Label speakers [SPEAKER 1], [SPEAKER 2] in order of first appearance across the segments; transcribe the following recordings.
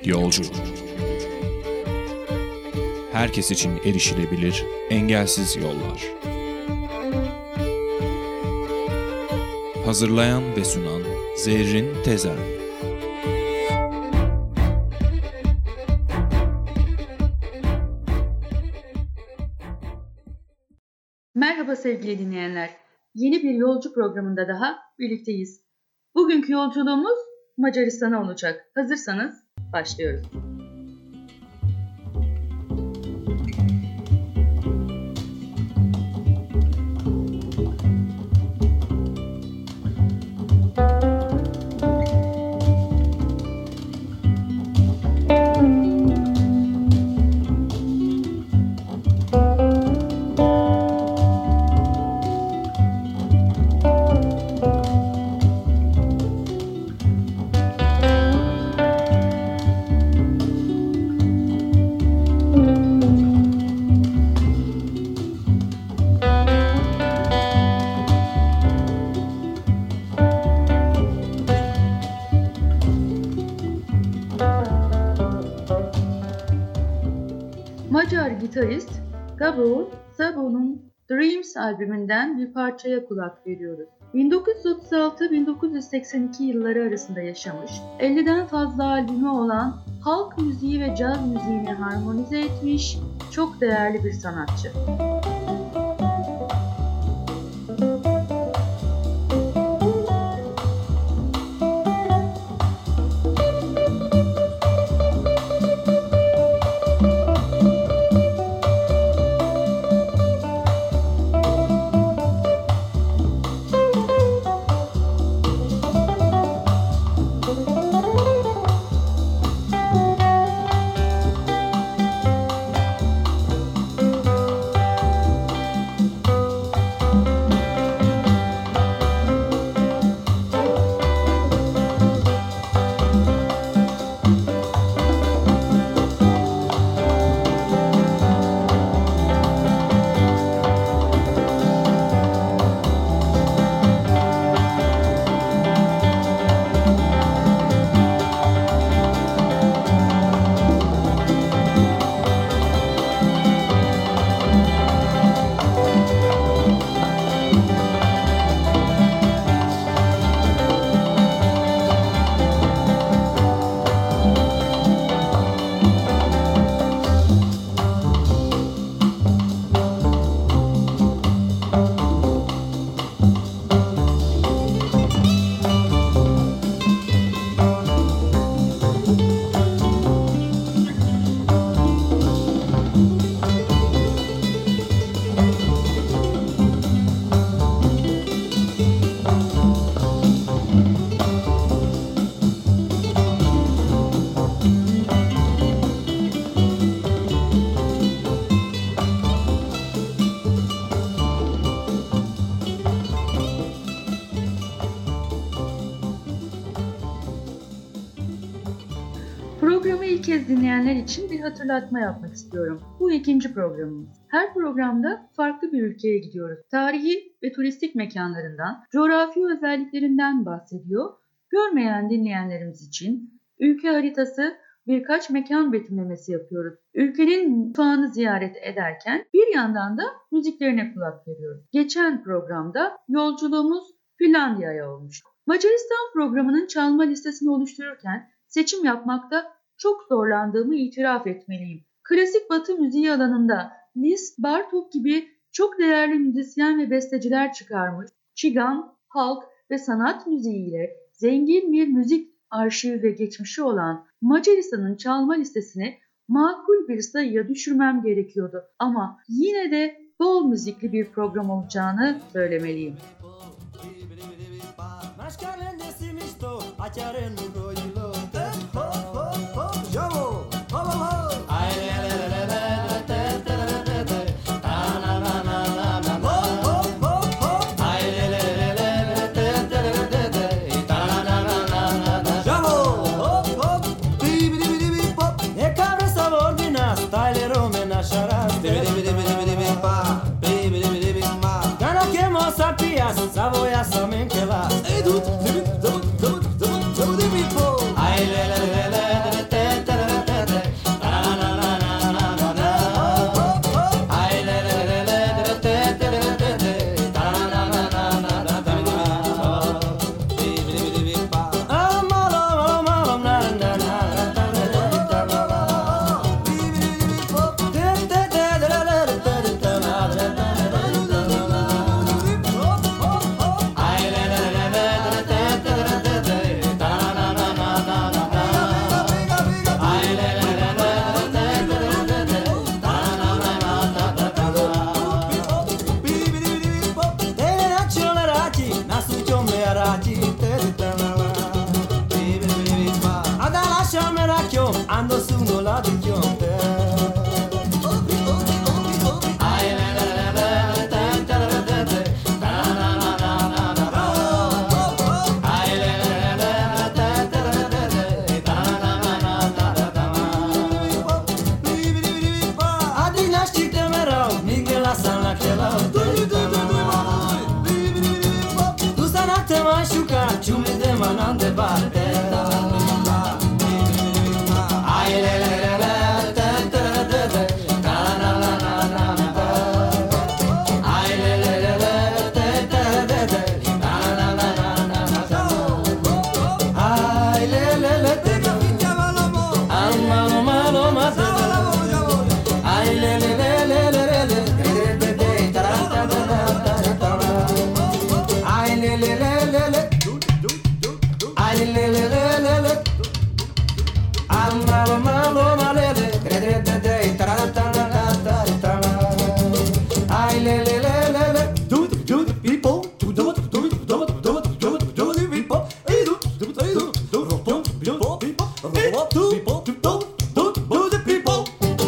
[SPEAKER 1] Yolcu. Herkes için erişilebilir, engelsiz yollar. Hazırlayan ve sunan Zerrin Tezer.
[SPEAKER 2] Merhaba sevgili dinleyenler. Yeni bir yolcu programında daha birlikteyiz. Bugünkü yolculuğumuz Macaristan'a olacak. Hazırsanız başlıyoruz. Macar gitarist Gabor Szabó'nun Dreams albümünden bir parçaya kulak veriyoruz. 1936-1982 yılları arasında yaşamış, 50'den fazla albümü olan halk müziği ve caz müziğini harmonize etmiş çok değerli bir sanatçı. Programı ilk kez dinleyenler için bir hatırlatma yapmak istiyorum. Bu ikinci programımız. Her programda farklı bir ülkeye gidiyoruz. Tarihi ve turistik mekanlarından, coğrafi özelliklerinden bahsediyor. Görmeyen dinleyenlerimiz için ülke haritası, birkaç mekan betimlemesi yapıyoruz. Ülkenin mutfağını ziyaret ederken bir yandan da müziklerine kulak veriyoruz. Geçen programda yolculuğumuz Finlandiya'ya olmuştu. Macaristan programının çalma listesini oluştururken seçim yapmakta çok zorlandığımı itiraf etmeliyim. Klasik Batı müziği alanında Liszt, Bartók gibi çok değerli müzisyen ve besteciler çıkarmış, çigan, halk ve sanat müziğiyle zengin bir müzik arşivi ve geçmişi olan Macaristan'ın çalma listesini makul bir sayıya düşürmem gerekiyordu. Ama yine de bol müzikli bir program olacağını söylemeliyim.
[SPEAKER 3] Savoia samen que va. Ay le le le le le shuka chumi de manande bate ay le le le le ta ta ta ta na na na na na ay le le le le ta ta ta ta na na na na na ay le le le te amalo malo mate ay le le le le le le ta ta ta ta ay le le le le le ay le le le le le amalo malo malele ta ta ta ta ay le le le le le do the people do the people ay do the people.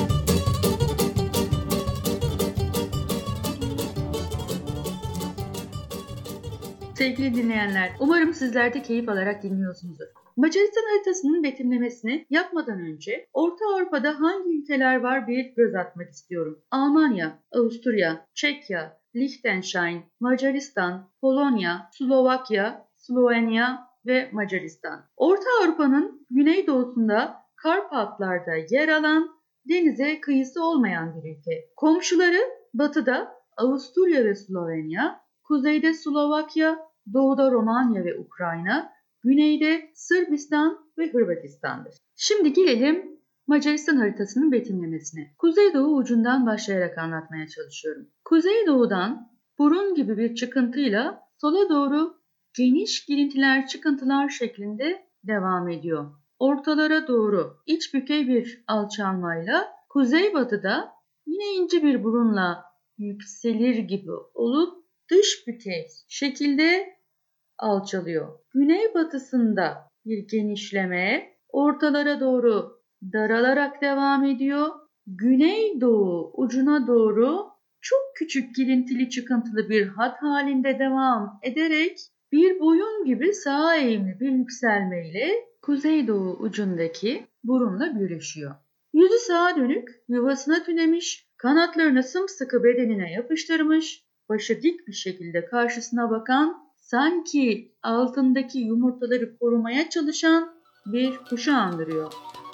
[SPEAKER 2] Sevgili dinleyenler, umarım sizler de keyif alarak dinliyorsunuzdur. Macaristan haritasının betimlemesini yapmadan önce Orta Avrupa'da hangi ülkeler var bir göz atmak istiyorum. Almanya, Avusturya, Çekya, Liechtenstein, Macaristan, Polonya, Slovakya, Slovenya ve Macaristan. Orta Avrupa'nın güneydoğusunda Karpatlar'da yer alan, denize kıyısı olmayan bir ülke. Komşuları batıda Avusturya ve Slovenya, kuzeyde Slovakya, doğuda Romanya ve Ukrayna, güneyde Sırbistan ve Hırvatistan'dır. Şimdi gelelim Macaristan haritasının betimlemesine. Kuzeydoğu ucundan başlayarak anlatmaya çalışıyorum. Kuzeydoğudan burun gibi bir çıkıntıyla sola doğru geniş girintiler çıkıntılar şeklinde devam ediyor. Ortalara doğru iç bükey bir alçalmayla kuzeybatıda yine ince bir burunla yükselir gibi olup dış bükey şekilde alçalıyor. Güneybatısında bir genişleme ortalara doğru daralarak devam ediyor. Güneydoğu ucuna doğru çok küçük girintili çıkıntılı bir hat halinde devam ederek bir boyun gibi sağa eğimli bir yükselmeyle kuzeydoğu ucundaki burunla birleşiyor. Yüzü sağa dönük, yuvasına tünemiş, kanatlarını sımsıkı bedenine yapıştırmış, başı dik bir şekilde karşısına bakan, sanki altındaki yumurtaları korumaya çalışan bir kuşu andırıyor.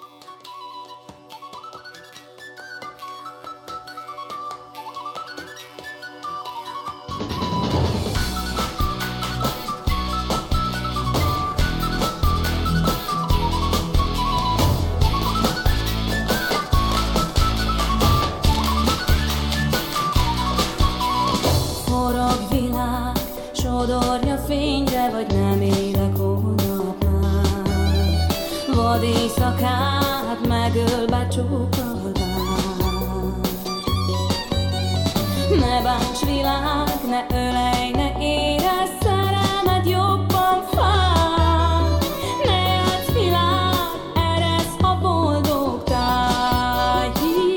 [SPEAKER 4] Sodorja fényre, vagy nem élek holnap már. Vad éjszakát megöl, becsókolvár. Ne bánts világ, ne ölej, ne érezz, szerelmed jobban fáj. Ne játsz világ, eresz a boldog táj.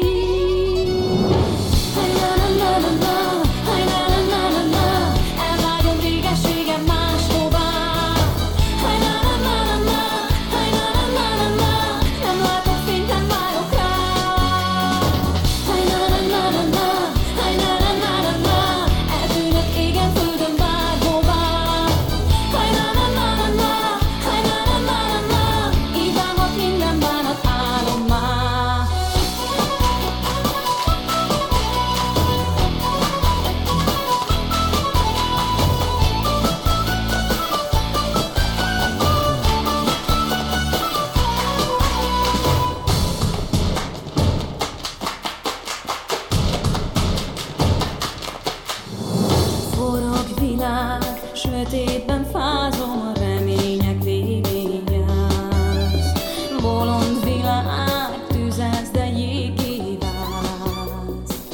[SPEAKER 4] Sötétben fázom, a remények végén jársz. Bolond világ, tüzelsz, de jégé válsz.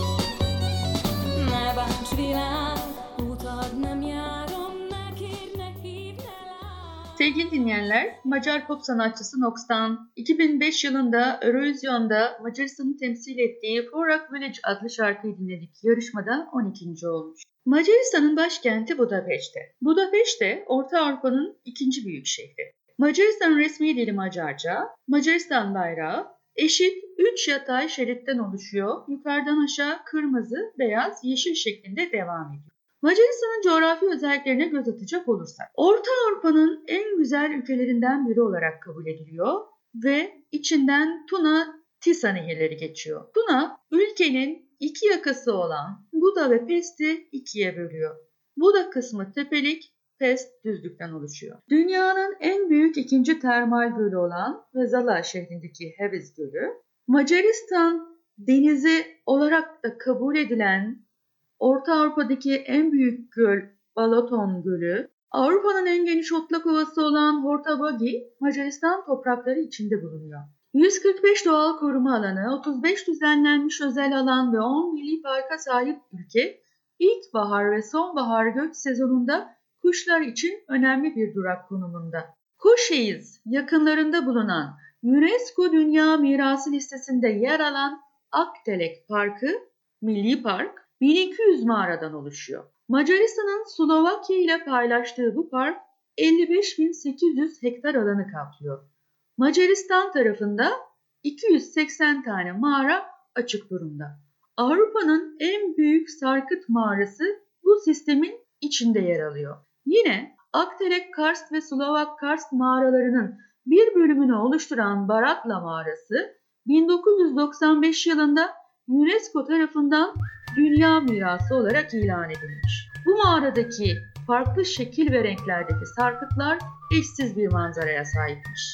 [SPEAKER 4] Ne bánts világ, utad nem járom, ne kérj, ne hívj, ne lásd.
[SPEAKER 2] Sevgili dinleyenler, Macar pop sanatçısı Nox'tan 2005 yılında Eurovision'da Macaristan'ı temsil ettiği For Rock Village adlı şarkıyı dinledik. Yarışmada 12. olmuş. Macaristan'ın başkenti Budapeşte. Budapeşte, Orta Avrupa'nın ikinci büyük şehri. Macaristan'ın resmi dili Macarca, Macaristan bayrağı eşit 3 yatay şeritten oluşuyor. Yukarıdan aşağı kırmızı, beyaz, yeşil şeklinde devam ediyor. Macaristan'ın coğrafi özelliklerine göz atacak olursak, Orta Avrupa'nın en güzel ülkelerinden biri olarak kabul ediliyor ve içinden Tuna-Tisa nehirleri geçiyor. Tuna, ülkenin iki yakası olan Buda ve Pest'i ikiye bölüyor. Buda kısmı tepelik, Pest düzlükten oluşuyor. Dünyanın en büyük ikinci termal gölü olan Vezala şehrindeki Heves Gölü, Macaristan denizi olarak da kabul edilen Orta Avrupa'daki en büyük göl Balaton Gölü, Avrupa'nın en geniş otlak ovası olan Hortobagi, Macaristan toprakları içinde bulunuyor. 145 doğal koruma alanı, 35 düzenlenmiş özel alan ve 10 milli parka sahip ülke, ilkbahar ve sonbahar göç sezonunda kuşlar için önemli bir durak konumunda. Kuşeyiz yakınlarında bulunan UNESCO Dünya Mirası listesinde yer alan Aktelek Parkı, Milli Park, 1200 mağaradan oluşuyor. Macaristan'ın Slovakya ile paylaştığı bu park 55.800 hektar alanı kaplıyor. Macaristan tarafında 280 tane mağara açık durumda. Avrupa'nın en büyük sarkıt mağarası bu sistemin içinde yer alıyor. Yine Aktelek Karst ve Slovak Karst mağaralarının bir bölümünü oluşturan Baratla mağarası 1995 yılında UNESCO tarafından Dünya Mirası olarak ilan edilmiş. Bu mağaradaki farklı şekil ve renklerdeki sarkıtlar eşsiz bir manzaraya sahipmiş.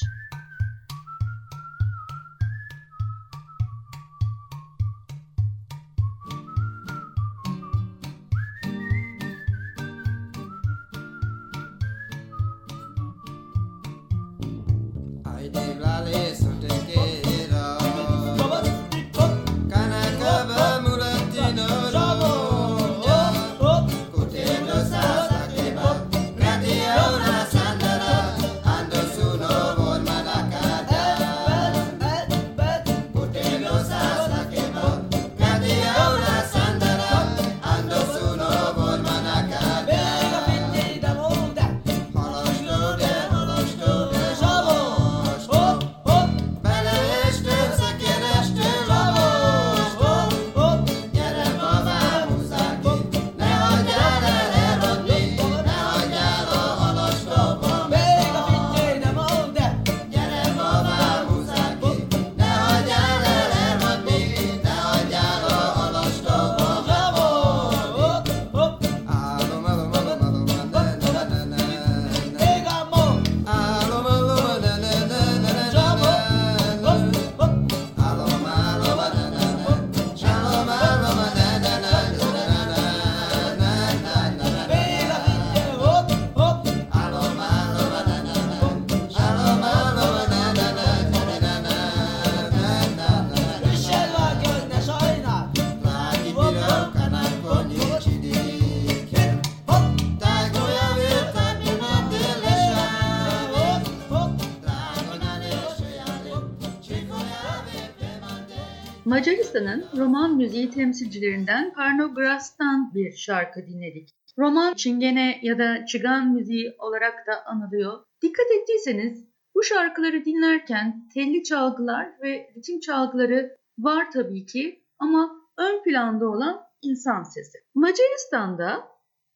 [SPEAKER 2] Macaristan'ın roman müziği temsilcilerinden Parnogras'tan bir şarkı dinledik. Roman, Çingene ya da Çıgan müziği olarak da anılıyor. Dikkat ettiyseniz bu şarkıları dinlerken telli çalgılar ve ritim çalgıları var tabii ki ama ön planda olan insan sesi. Macaristan'da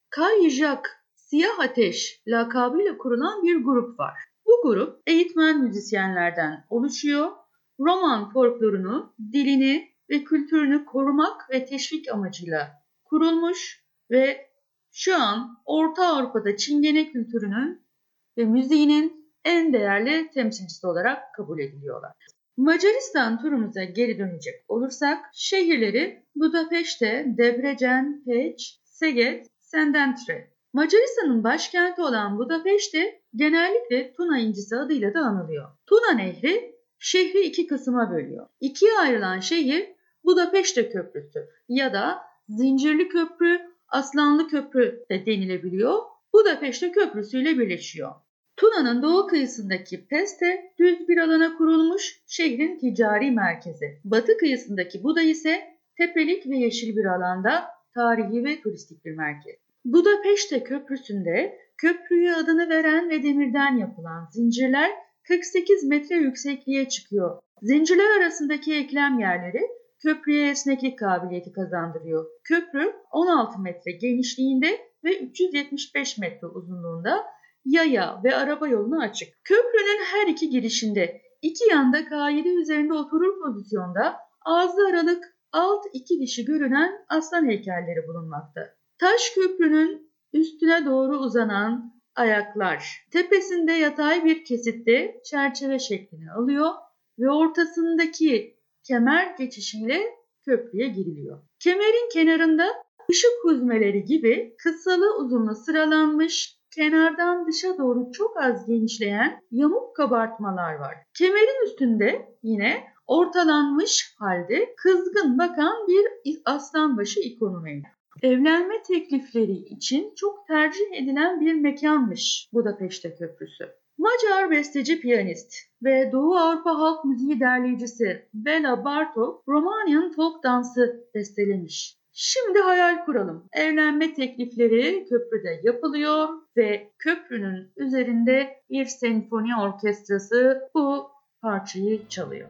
[SPEAKER 2] Kayıcak Siyah Ateş lakabıyla kurulan bir grup var. Bu grup eğitmen müzisyenlerden oluşuyor. Roman folklorunu, dilini ve kültürünü korumak ve teşvik amacıyla kurulmuş ve şu an Orta Avrupa'da Çingene kültürünün ve müziğinin en değerli temsilcisi olarak kabul ediliyorlar. Macaristan turumuza geri dönecek olursak şehirleri Budapeşte, Debrecen, Pécs, Szeged, Szentendre. Macaristan'ın başkenti olan Budapeşte genellikle Tuna incisi adıyla da anılıyor. Tuna Nehri şehri iki kısma bölüyor. İkiye ayrılan şehir Budapeşte Köprüsü ya da Zincirli Köprü, Aslanlı Köprü de denilebiliyor. Budapeşte Köprüsü ile birleşiyor. Tuna'nın doğu kıyısındaki Peste düz bir alana kurulmuş şehrin ticari merkezi. Batı kıyısındaki Buda ise tepelik ve yeşil bir alanda tarihi ve turistik bir merkez. Budapeşte Köprüsü'nde köprüye adını veren ve demirden yapılan zincirler 48 metre yüksekliğe çıkıyor. Zincirler arasındaki eklem yerleri köprüye esneklik kabiliyeti kazandırıyor. Köprü 16 metre genişliğinde ve 375 metre uzunluğunda yaya ve araba yoluna açık. Köprünün her iki girişinde iki yanda kaide üzerinde oturur pozisyonda ağzı aralık alt iki dişi görünen aslan heykelleri bulunmakta. Taş köprünün üstüne doğru uzanan ayaklar tepesinde yatay bir kesitte çerçeve şeklini alıyor ve ortasındaki kemer geçişiyle köprüye giriliyor. Kemerin kenarında ışık huzmeleri gibi kısalı uzunlu sıralanmış, kenardan dışa doğru çok az genişleyen yamuk kabartmalar var. Kemerin üstünde yine ortalanmış halde kızgın bakan bir aslanbaşı ikonu mevcut. Evlenme teklifleri için çok tercih edilen bir mekanmış Budapeşte Köprüsü. Macar besteci piyanist ve Doğu Avrupa halk müziği derleyicisi Bela Bartok, Romanian folk dansı bestelemiş. Şimdi hayal kuralım. Evlenme teklifleri köprüde yapılıyor ve köprünün üzerinde bir senfoni orkestrası bu parçayı çalıyor.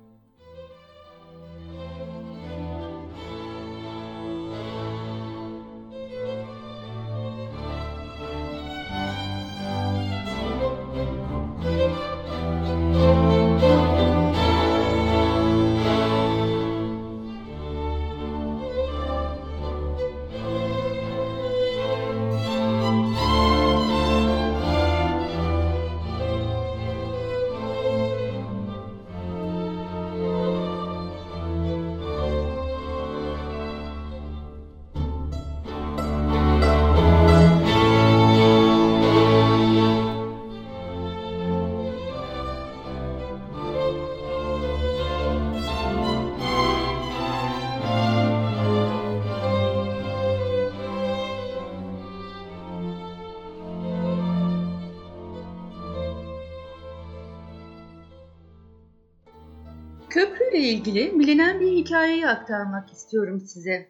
[SPEAKER 2] Köprüyle ilgili bilinen bir hikayeyi aktarmak istiyorum size.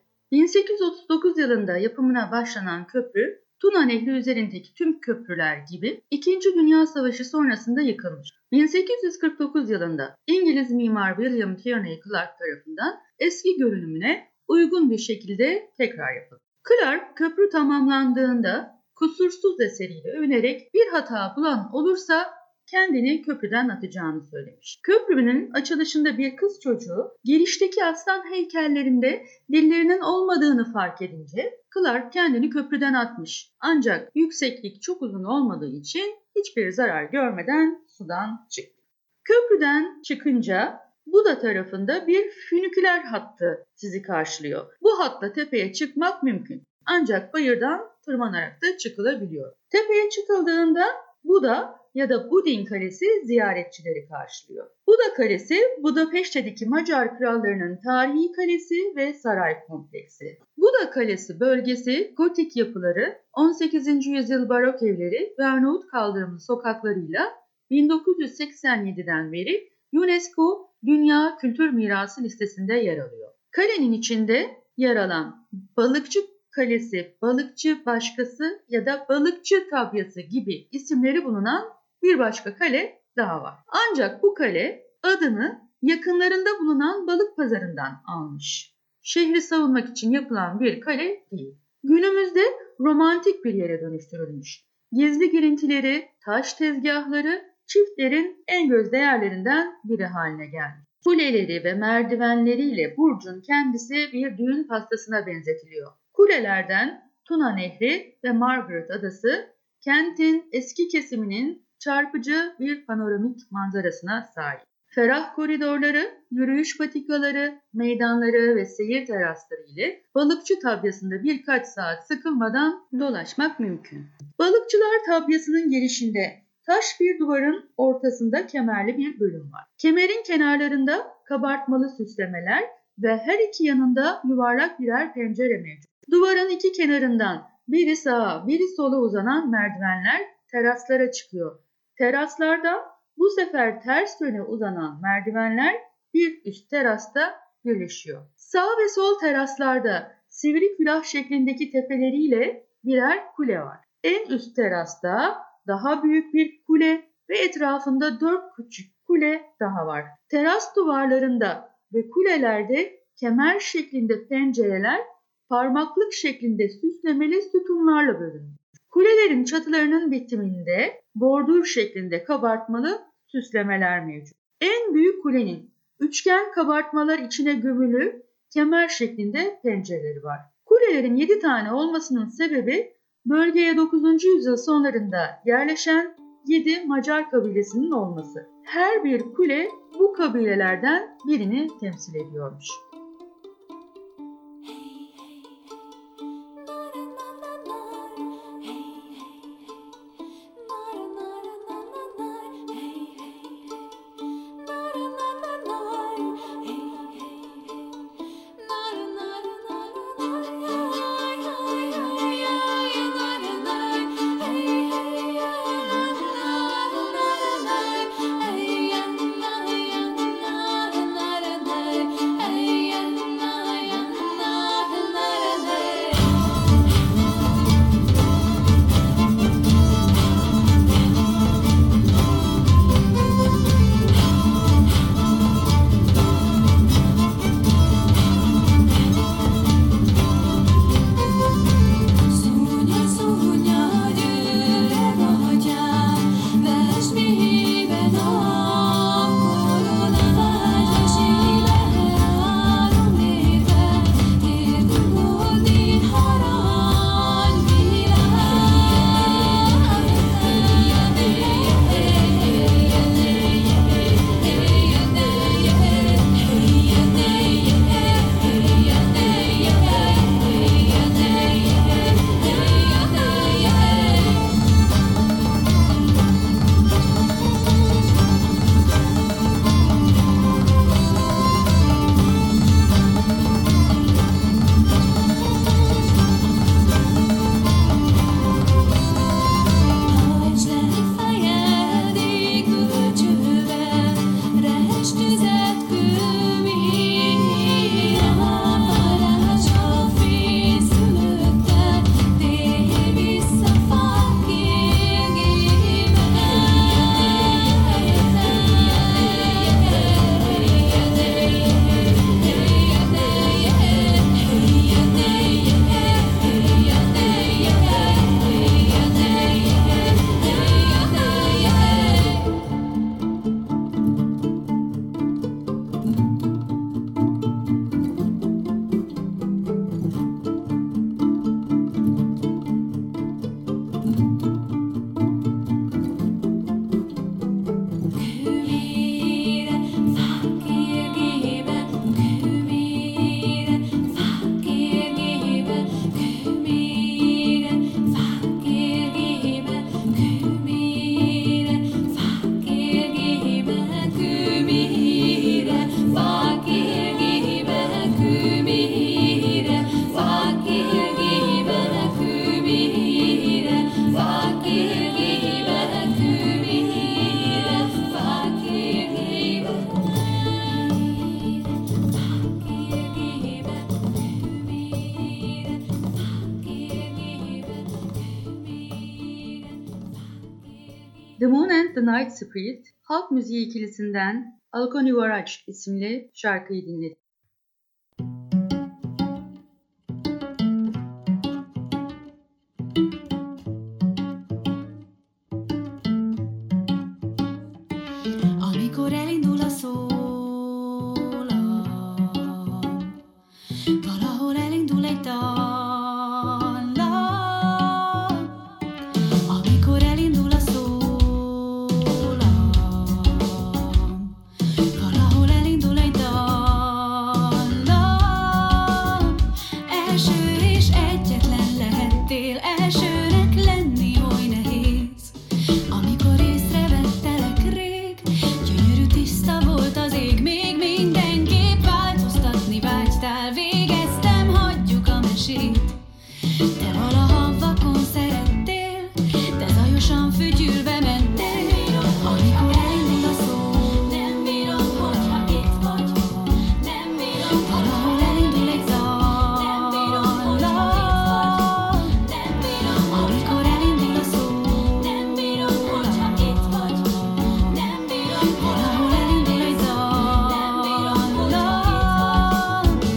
[SPEAKER 2] 1839 yılında yapımına başlanan köprü, Tuna Nehri üzerindeki tüm köprüler gibi 2. Dünya Savaşı sonrasında yıkılmış. 1849 yılında İngiliz mimar William Tierney Clark tarafından eski görünümüne uygun bir şekilde tekrar yapıldı. Clark, köprü tamamlandığında kusursuz eseriyle övünerek bir hata bulan olursa kendini köprüden atacağını söylemiş. Köprünün açılışında bir kız çocuğu girişteki aslan heykellerinde dillerinin olmadığını fark edince Clark kendini köprüden atmış. Ancak yükseklik çok uzun olmadığı için hiçbir zarar görmeden sudan çıktı. Köprüden çıkınca Buda tarafında bir füniküler hattı sizi karşılıyor. Bu hatla tepeye çıkmak mümkün. Ancak bayırdan tırmanarak da çıkılabiliyor. Tepeye çıkıldığında Buda ya da Budin Kalesi ziyaretçileri karşılıyor. Buda Kalesi, Budapeşte'deki Macar krallarının tarihi kalesi ve saray kompleksi. Buda Kalesi bölgesi gotik yapıları, 18. yüzyıl barok evleri ve Arnavut kaldırımlı sokaklarıyla 1987'den beri UNESCO Dünya Kültür Mirası listesinde yer alıyor. Kalenin içinde yer alan Balıkçı Kalesi, Balıkçı Başkası ya da Balıkçı Tabyası gibi isimleri bulunan bir başka kale daha var. Ancak bu kale adını yakınlarında bulunan balık pazarından almış. Şehri savunmak için yapılan bir kale değil. Günümüzde romantik bir yere dönüştürülmüş. Gizli girintileri, taş tezgahları çiftlerin en gözdeğerlerinden biri haline gelmiş. Kuleleri ve merdivenleriyle burcun kendisi bir düğün pastasına benzetiliyor. Kulelerden Tuna Nehri ve Margaret Adası kentin eski kesiminin çarpıcı bir panoramik manzarasına sahip. Ferah koridorları, yürüyüş patikaları, meydanları ve seyir terasları ile balıkçı tabyasında birkaç saat sıkılmadan dolaşmak mümkün. Balıkçılar tabyasının girişinde taş bir duvarın ortasında kemerli bir bölüm var. Kemerin kenarlarında kabartmalı süslemeler ve her iki yanında yuvarlak birer pencere mevcut. Duvarın iki kenarından biri sağa, biri sola uzanan merdivenler teraslara çıkıyor. Teraslarda bu sefer ters yöne uzanan merdivenler bir üst terasta birleşiyor. Sağ ve sol teraslarda sivri külah şeklindeki tepeleriyle birer kule var. En üst terasta daha büyük bir kule ve etrafında 4 küçük kule daha var. Teras duvarlarında ve kulelerde kemer şeklinde pencereler parmaklık şeklinde süslemeli sütunlarla bölünmüş. Kulelerin çatılarının bitiminde bordür şeklinde kabartmalı süslemeler mevcut. En büyük kulenin üçgen kabartmalar içine gömülü kemer şeklinde pencereleri var. Kulelerin 7 tane olmasının sebebi bölgeye 9. yüzyıl sonlarında yerleşen 7 Macar kabilesinin olması. Her bir kule bu kabilelerden birini temsil ediyormuş. The Moon and the Night Spirit, halk müziği ikilisinden Alkoni Varaç isimli şarkıyı dinledik.
[SPEAKER 5] Amikor elindul a szólam, valahol elindul egy dallam. Amikor elindul a szólam, valahol elindul egy dallam. Első és egyetlen lehettél, elsőnek lenni oly nehéz. Amikor észrevettelek rég, gyönyörű tiszta volt az ég, még mindenképp változtatni vágytál. Végeztem, hagyjuk a mesét. Te valaha vakon szerettél, de zajosan fütyülve mentél. Amikor elindul a szó, nem bírom, hogyha itt vagy. Nem bírom, valahol elindul egy zallam. Nem bírom, hogyha itt vagy. Nem bírom, amikor elindul a szó. Nem bírom, hogyha itt vagy. Nem bírom, valahol elindul egy zallam. Nem bírom, hogyha itt vagy.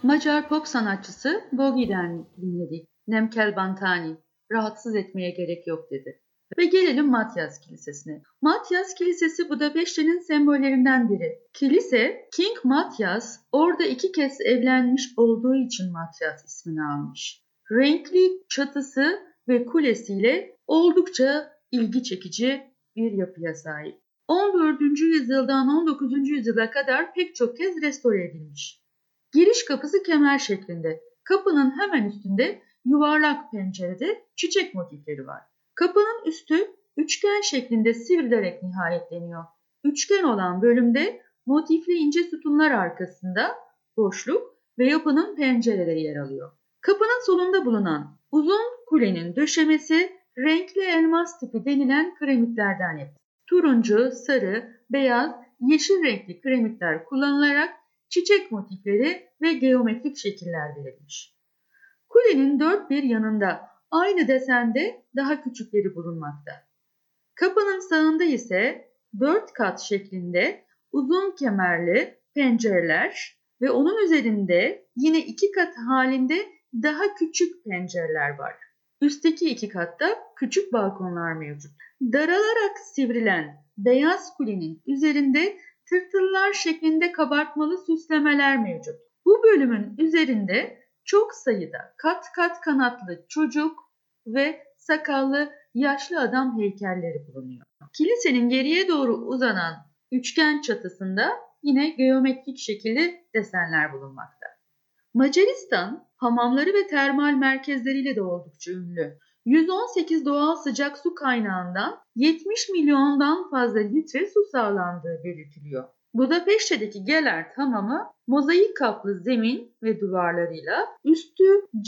[SPEAKER 2] Macar pop sanatçısı Bogi'den dinledik. Nemkel Bantani, rahatsız etmeye gerek yok dedi. Ve gelelim Matyas Kilisesi'ne. Matyas Kilisesi Budapeşte'nin sembollerinden biri. Kilise, King Matyas orada 2 kez evlenmiş olduğu için Matyas ismini almış. Renkli çatısı ve kulesiyle oldukça ilgi çekici bir yapıya sahip. 14. yüzyıldan 19. yüzyıla kadar pek çok kez restore edilmiş. Giriş kapısı kemer şeklinde. Kapının hemen üstünde yuvarlak pencerede çiçek motifleri var. Kapının üstü üçgen şeklinde sivrilerek nihayetleniyor. Üçgen olan bölümde motifli ince sütunlar arkasında boşluk ve yapının pencereleri yer alıyor. Kapının solunda bulunan uzun kulenin döşemesi renkli elmas tipi denilen kiremitlerden yapılıyor. Turuncu, sarı, beyaz, yeşil renkli kiremitler kullanılarak çiçek motifleri ve geometrik şekiller verilmiş. Kulenin dört bir yanında aynı desende daha küçükleri bulunmakta. Kapının sağında ise 4 kat şeklinde uzun kemerli pencereler ve onun üzerinde yine 2 kat halinde daha küçük pencereler var. Üstteki 2 katta küçük balkonlar mevcut. Daralarak sivrilen beyaz kulenin üzerinde tırtıllar şeklinde kabartmalı süslemeler mevcut. Bu bölümün üzerinde çok sayıda kat kat kanatlı çocuk ve sakallı yaşlı adam heykelleri bulunuyor. Kilisenin geriye doğru uzanan üçgen çatısında yine geometrik şekilli desenler bulunmakta. Macaristan hamamları ve termal merkezleriyle de oldukça ünlü. 118 doğal sıcak su kaynağından 70 milyondan fazla litre su sağlandığı belirtiliyor. Budapeşte'deki Gellert hamamı mozaik kaplı zemin ve duvarlarıyla üstü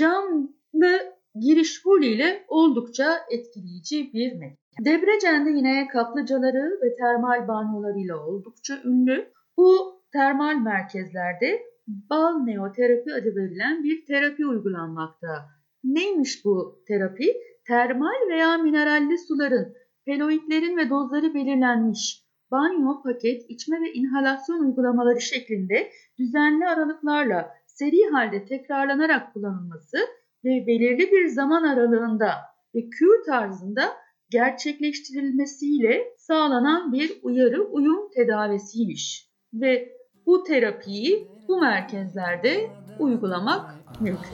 [SPEAKER 2] camlı giriş holiyle oldukça etkileyici bir mekan. Debrecen'de yine kaplıcaları ve termal banyolarıyla oldukça ünlü. Bu termal merkezlerde balneoterapi adı verilen bir terapi uygulanmakta. Neymiş bu terapi? Termal veya mineralli suların, peloidlerin ve dozları belirlenmiş banyo, paket, içme ve inhalasyon uygulamaları şeklinde düzenli aralıklarla seri halde tekrarlanarak kullanılması ve belirli bir zaman aralığında ve kür tarzında gerçekleştirilmesiyle sağlanan bir uyum tedavisiymiş. Ve bu terapiyi bu merkezlerde uygulamak mümkün.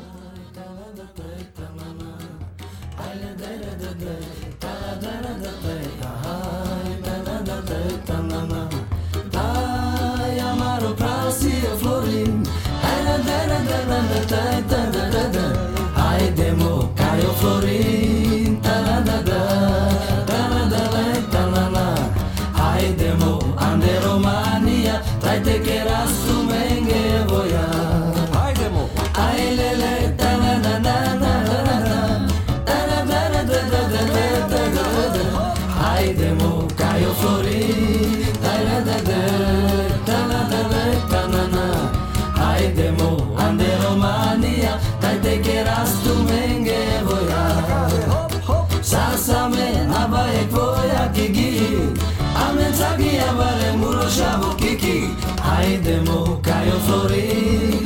[SPEAKER 3] Haidemo, Caio Flori,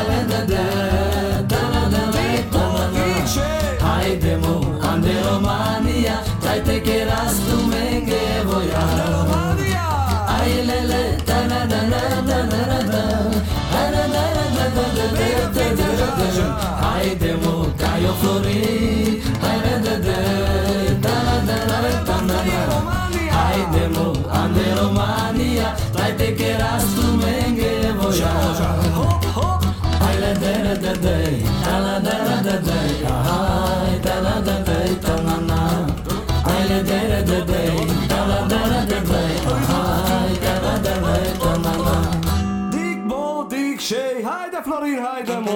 [SPEAKER 3] Haidemo, ande Romania, dai te che rastu menge voia. Ai lele, Haidemo, Caio Flori, Haidemo, ande Romania, dai te che rastu menge voia. Ai le dere de de, ala dere de de, ai dala de de tanana. Ai le dere de de, ala dere de de, ai dala de de tanana.
[SPEAKER 6] Dik mo, dik shey, hayde Florin, hayde mo.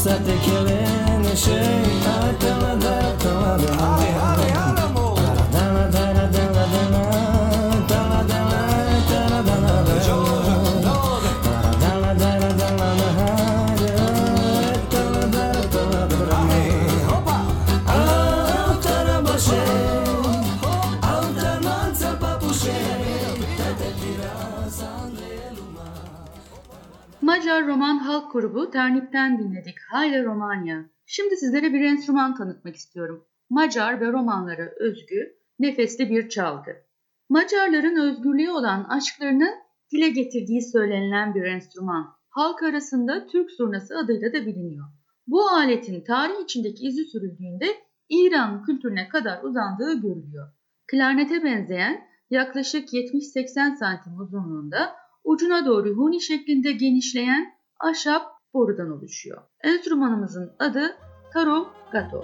[SPEAKER 2] Macar roman halk grubu Ternip'ten dinledik Hayle Romanya. Şimdi sizlere bir enstrüman tanıtmak istiyorum. Macar ve Romanlara özgü, nefesli bir çalgı. Macarların özgürlüğe olan aşklarını dile getirdiği söylenilen bir enstrüman. Halk arasında Türk zurnası adıyla da biliniyor. Bu aletin tarih içindeki izi sürüldüğünde İran kültürüne kadar uzandığı görülüyor. Klarnete benzeyen yaklaşık 70-80 santim uzunluğunda ucuna doğru huni şeklinde genişleyen ahşap borudan oluşuyor. Enstrümanımızın adı Tarov Gato.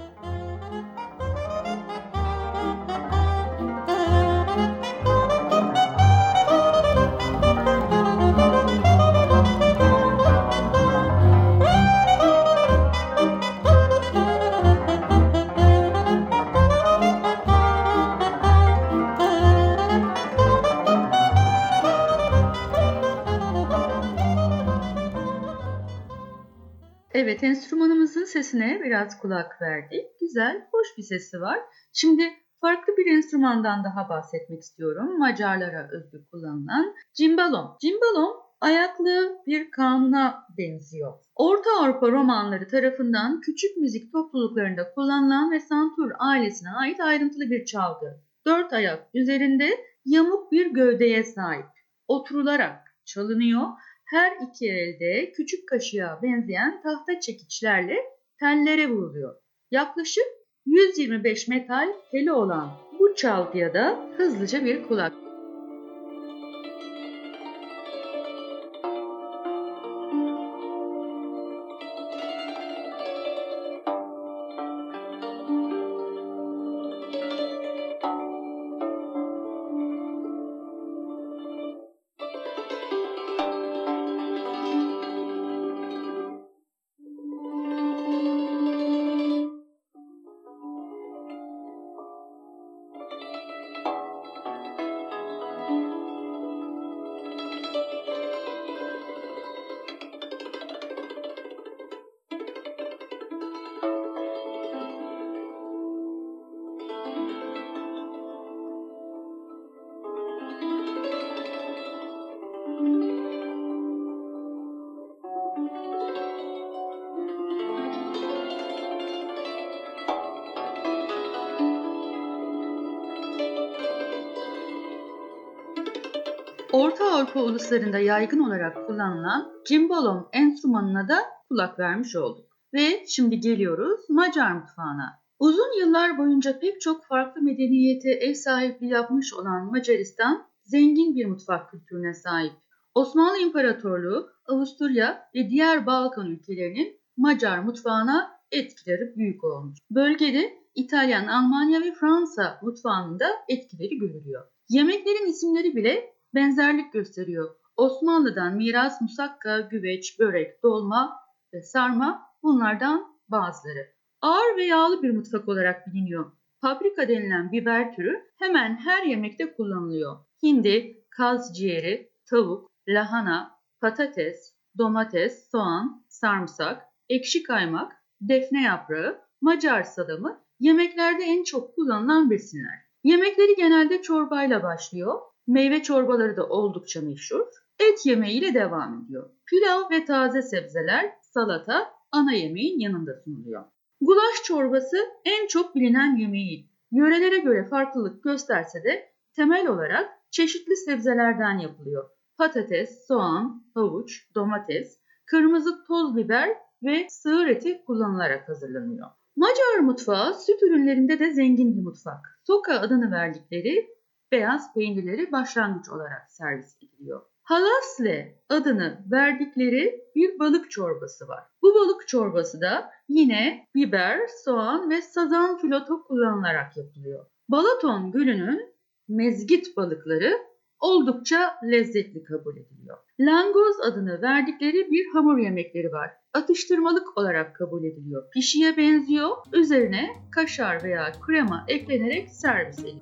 [SPEAKER 2] Evet, enstrümanımızın sesine biraz kulak verdik. Güzel, hoş bir sesi var. Şimdi farklı bir enstrümandan daha bahsetmek istiyorum. Macarlara özgü kullanılan cimbalom. Cimbalom ayaklı bir kanuna benziyor. Orta Avrupa Romanları tarafından küçük müzik topluluklarında kullanılan ve santur ailesine ait ayrıntılı bir çalgı. 4 ayak üzerinde yamuk bir gövdeye sahip. Oturularak çalınıyor. Her iki elde küçük kaşığa benzeyen tahta çekiçlerle tellere vuruluyor. Yaklaşık 125 metal teli olan bu çalgıya da hızlıca bir kulak. Orta Avrupa uluslarında yaygın olarak kullanılan cimbalom enstrümanına da kulak vermiş olduk. Ve şimdi geliyoruz Macar mutfağına. Uzun yıllar boyunca pek çok farklı medeniyete ev sahipliği yapmış olan Macaristan zengin bir mutfak kültürüne sahip. Osmanlı İmparatorluğu, Avusturya ve diğer Balkan ülkelerinin Macar mutfağına etkileri büyük olmuş. Bölgede İtalyan, Almanya ve Fransa mutfağının da etkileri görülüyor. Yemeklerin isimleri bile benzerlik gösteriyor. Osmanlı'dan miras musakka, güveç, börek, dolma ve sarma bunlardan bazıları. Ağır ve yağlı bir mutfak olarak biliniyor. Paprika denilen biber türü hemen her yemekte kullanılıyor. Hindi, kaz ciğeri, tavuk, lahana, patates, domates, soğan, sarımsak, ekşi kaymak, defne yaprağı, Macar salamı yemeklerde en çok kullanılan besinler. Yemekleri genelde çorbayla başlıyor. Meyve çorbaları da oldukça meşhur. Et yemeğiyle devam ediyor. Pilav ve taze sebzeler, salata ana yemeğin yanında sunuluyor. Gulaş çorbası en çok bilinen yemeği. Yörelere göre farklılık gösterse de temel olarak çeşitli sebzelerden yapılıyor. Patates, soğan, havuç, domates, kırmızı toz biber ve sığır eti kullanılarak hazırlanıyor. Macar mutfağı süt ürünlerinde de zengin bir mutfak. Soka adını verdikleri beyaz peynirleri başlangıç olarak servis ediliyor. Halasle adını verdikleri bir balık çorbası var. Bu balık çorbası da yine biber, soğan ve sazan fileto kullanılarak yapılıyor. Balaton Gölü'nün mezgit balıkları oldukça lezzetli kabul ediliyor. Langoz adını verdikleri bir hamur yemekleri var. Atıştırmalık olarak kabul ediliyor. Pişiye benziyor. Üzerine kaşar veya krema eklenerek servis ediliyor.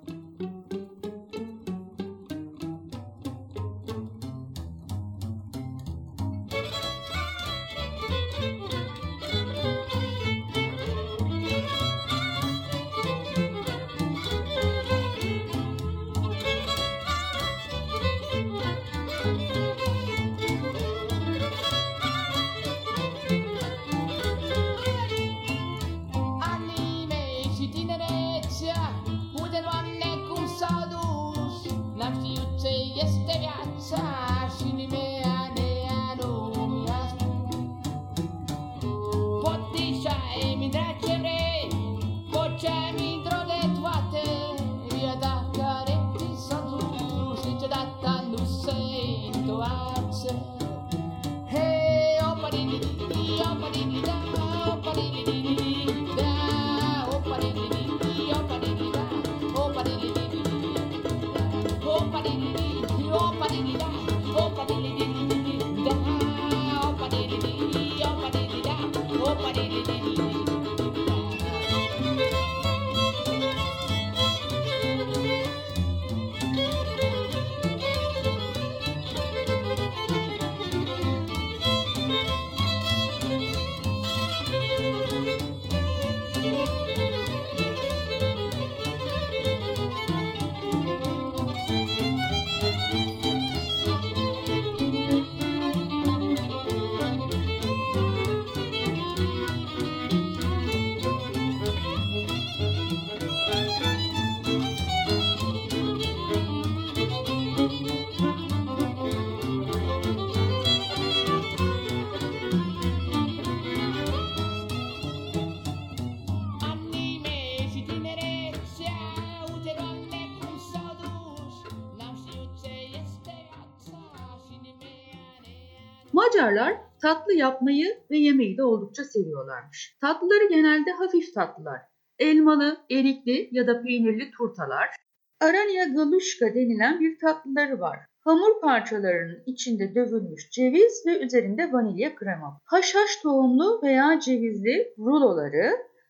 [SPEAKER 2] Macarlar tatlı yapmayı ve yemeği de oldukça seviyorlarmış. Tatlıları genelde hafif tatlılar. Elmalı, erikli ya da peynirli turtalar. Aranya galuşka denilen bir tatlıları var. Hamur parçalarının içinde dövülmüş ceviz ve üzerinde vanilya krema. Haşhaş tohumlu veya cevizli ruloları.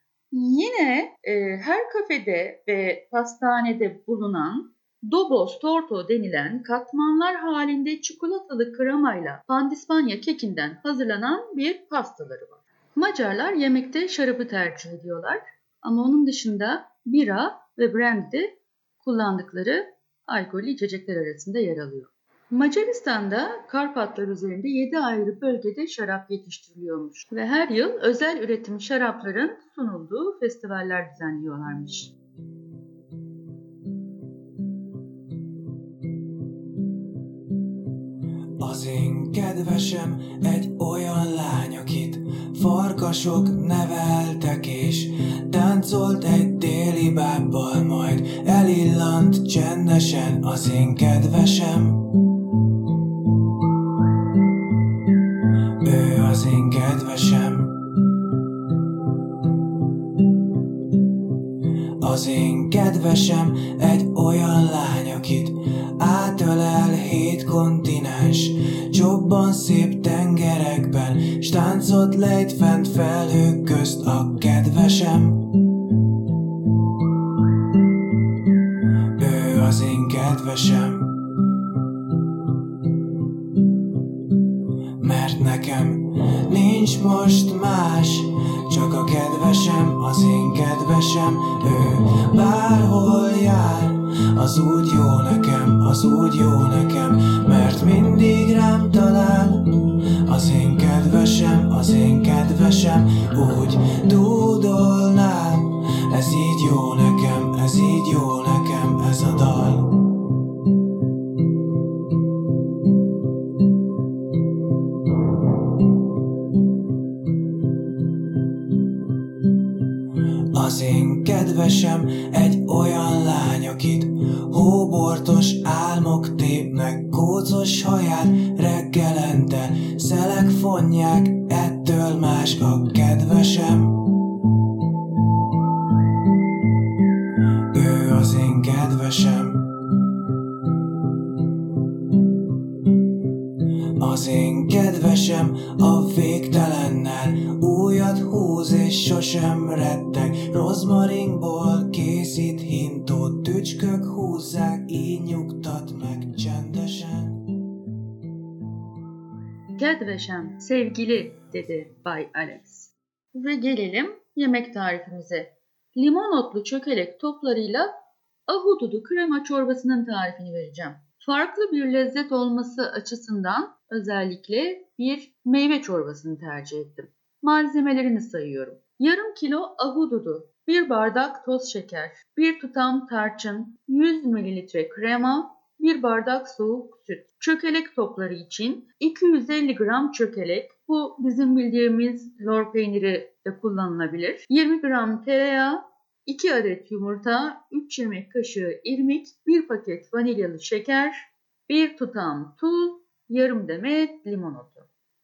[SPEAKER 2] Yine her kafede ve pastanede bulunan Dobos torto denilen katmanlar halinde çikolatalı kremayla pandispanya kekinden hazırlanan bir pastaları var. Macarlar yemekte şarabı tercih ediyorlar ama onun dışında bira ve brandy de kullandıkları alkollü içecekler arasında yer alıyor. Macaristan'da Karpatlar üzerinde 7 ayrı bölgede şarap yetiştiriliyormuş ve her yıl özel üretim şarapların sunulduğu festivaller düzenliyorlarmış.
[SPEAKER 7] Az én kedvesem egy olyan lány, akit farkasok neveltek, és táncolt egy déli bábbal, majd elillant csendesen. Az én kedvesem, ő az én kedvesem. Az én kedvesem egy olyan lány, akit átölel 7 kontinens, csobban szép tengerekben, s táncot lejt fent felhők közt. A kedvesem, ő az én kedvesem. Mert nekem nincs most más, csak a kedvesem, az én kedvesem. Ő bárhol jár, az úgy jó nekem, az úgy jó nekem, mert mindig rám talál. Az én kedvesem, az én kedvesem, úgy dúdolnál. Ez így jó nekem, ez így jó nekem, ez a dal. Az én kedvesem egy olyan lány, akit hóbortos álmok tépnek, kócos haját reggelente szelek fonják, ettől más. A kedvesem, ő az én kedvesem. az én kedvesem a végtelennel újat húz és sosem retteg. Rozmaringból készít hintót, tücskök húzzák, így nyugtat meg csendesen.
[SPEAKER 2] Kedveşem, sevgili dedi Bay Alex. Ve gelelim yemek tarifimize. Limon otlu çökelek toplarıyla ahududu krema çorbasının tarifini vereceğim. Farklı bir lezzet olması açısından özellikle bir meyve çorbasını tercih ettim. Malzemelerini sayıyorum. Yarım kilo ahududu, 1 bardak toz şeker, 1 tutam tarçın, 100 ml krema, 1 bardak soğuk süt. Çökelek topları için 250 gram çökelek, bu bizim bildiğimiz lor peyniri de kullanılabilir. 20 gram tereyağı, 2 adet yumurta, 3 yemek kaşığı irmik, 1 paket vanilyalı şeker, 1 tutam tuz, yarım demet limon otu.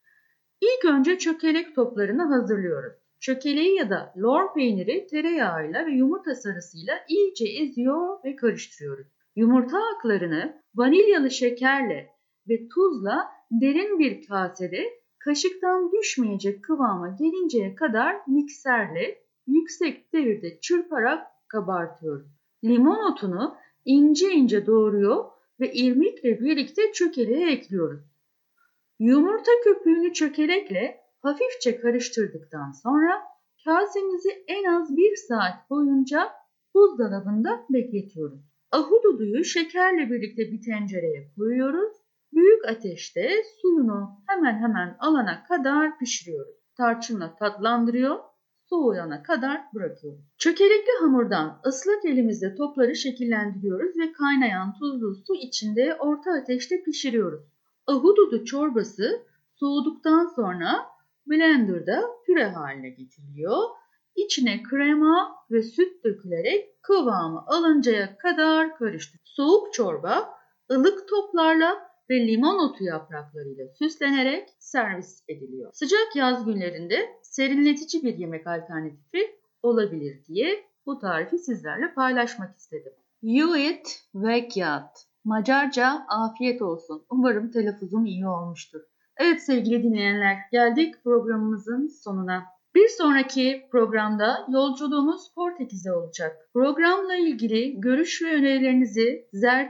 [SPEAKER 2] İlk önce çökelek toplarını hazırlıyoruz. Çökeleği ya da lor peyniri tereyağıyla ve yumurta sarısıyla iyice eziyor ve karıştırıyoruz. Yumurta aklarını vanilyalı şekerle ve tuzla derin bir kasede kaşıktan düşmeyecek kıvama gelinceye kadar mikserle yüksek devirde çırparak kabartıyoruz. Limon otunu ince ince doğruyor ve irmikle birlikte çökeleğe ekliyoruz. Yumurta köpüğünü çökelekle hafifçe karıştırdıktan sonra kasemizi en az 1 saat boyunca buzdolabında bekletiyoruz. Ahududuyu şekerle birlikte bir tencereye koyuyoruz. Büyük ateşte suyunu hemen alana kadar pişiriyoruz. Tarçınla tatlandırıyor, soğuyana kadar bırakıyoruz. Çökelekli hamurdan ıslak elimizle topları şekillendiriyoruz ve kaynayan tuzlu su içinde orta ateşte pişiriyoruz. Ahududu çorbası soğuduktan sonra blenderda püre haline getiriliyor. İçine krema ve süt dökülerek kıvamı alıncaya kadar karıştırılıyor. Soğuk çorba ılık toplarla ve limon otu yapraklarıyla süslenerek servis ediliyor. Sıcak yaz günlerinde serinletici bir yemek alternatifi olabilir diye bu tarifi sizlerle paylaşmak istedim. Yuit vekyat. Macarca afiyet olsun. Umarım telaffuzum iyi olmuştur. Evet sevgili dinleyenler, geldik programımızın sonuna. Bir sonraki programda yolculuğumuz Portekiz'e olacak. Programla ilgili görüş ve önerilerinizi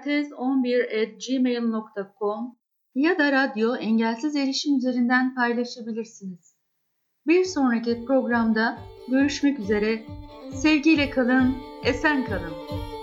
[SPEAKER 2] zertez11@gmail.com ya da radyo engelsiz erişim üzerinden paylaşabilirsiniz. Bir sonraki programda görüşmek üzere. Sevgiyle kalın, esen kalın.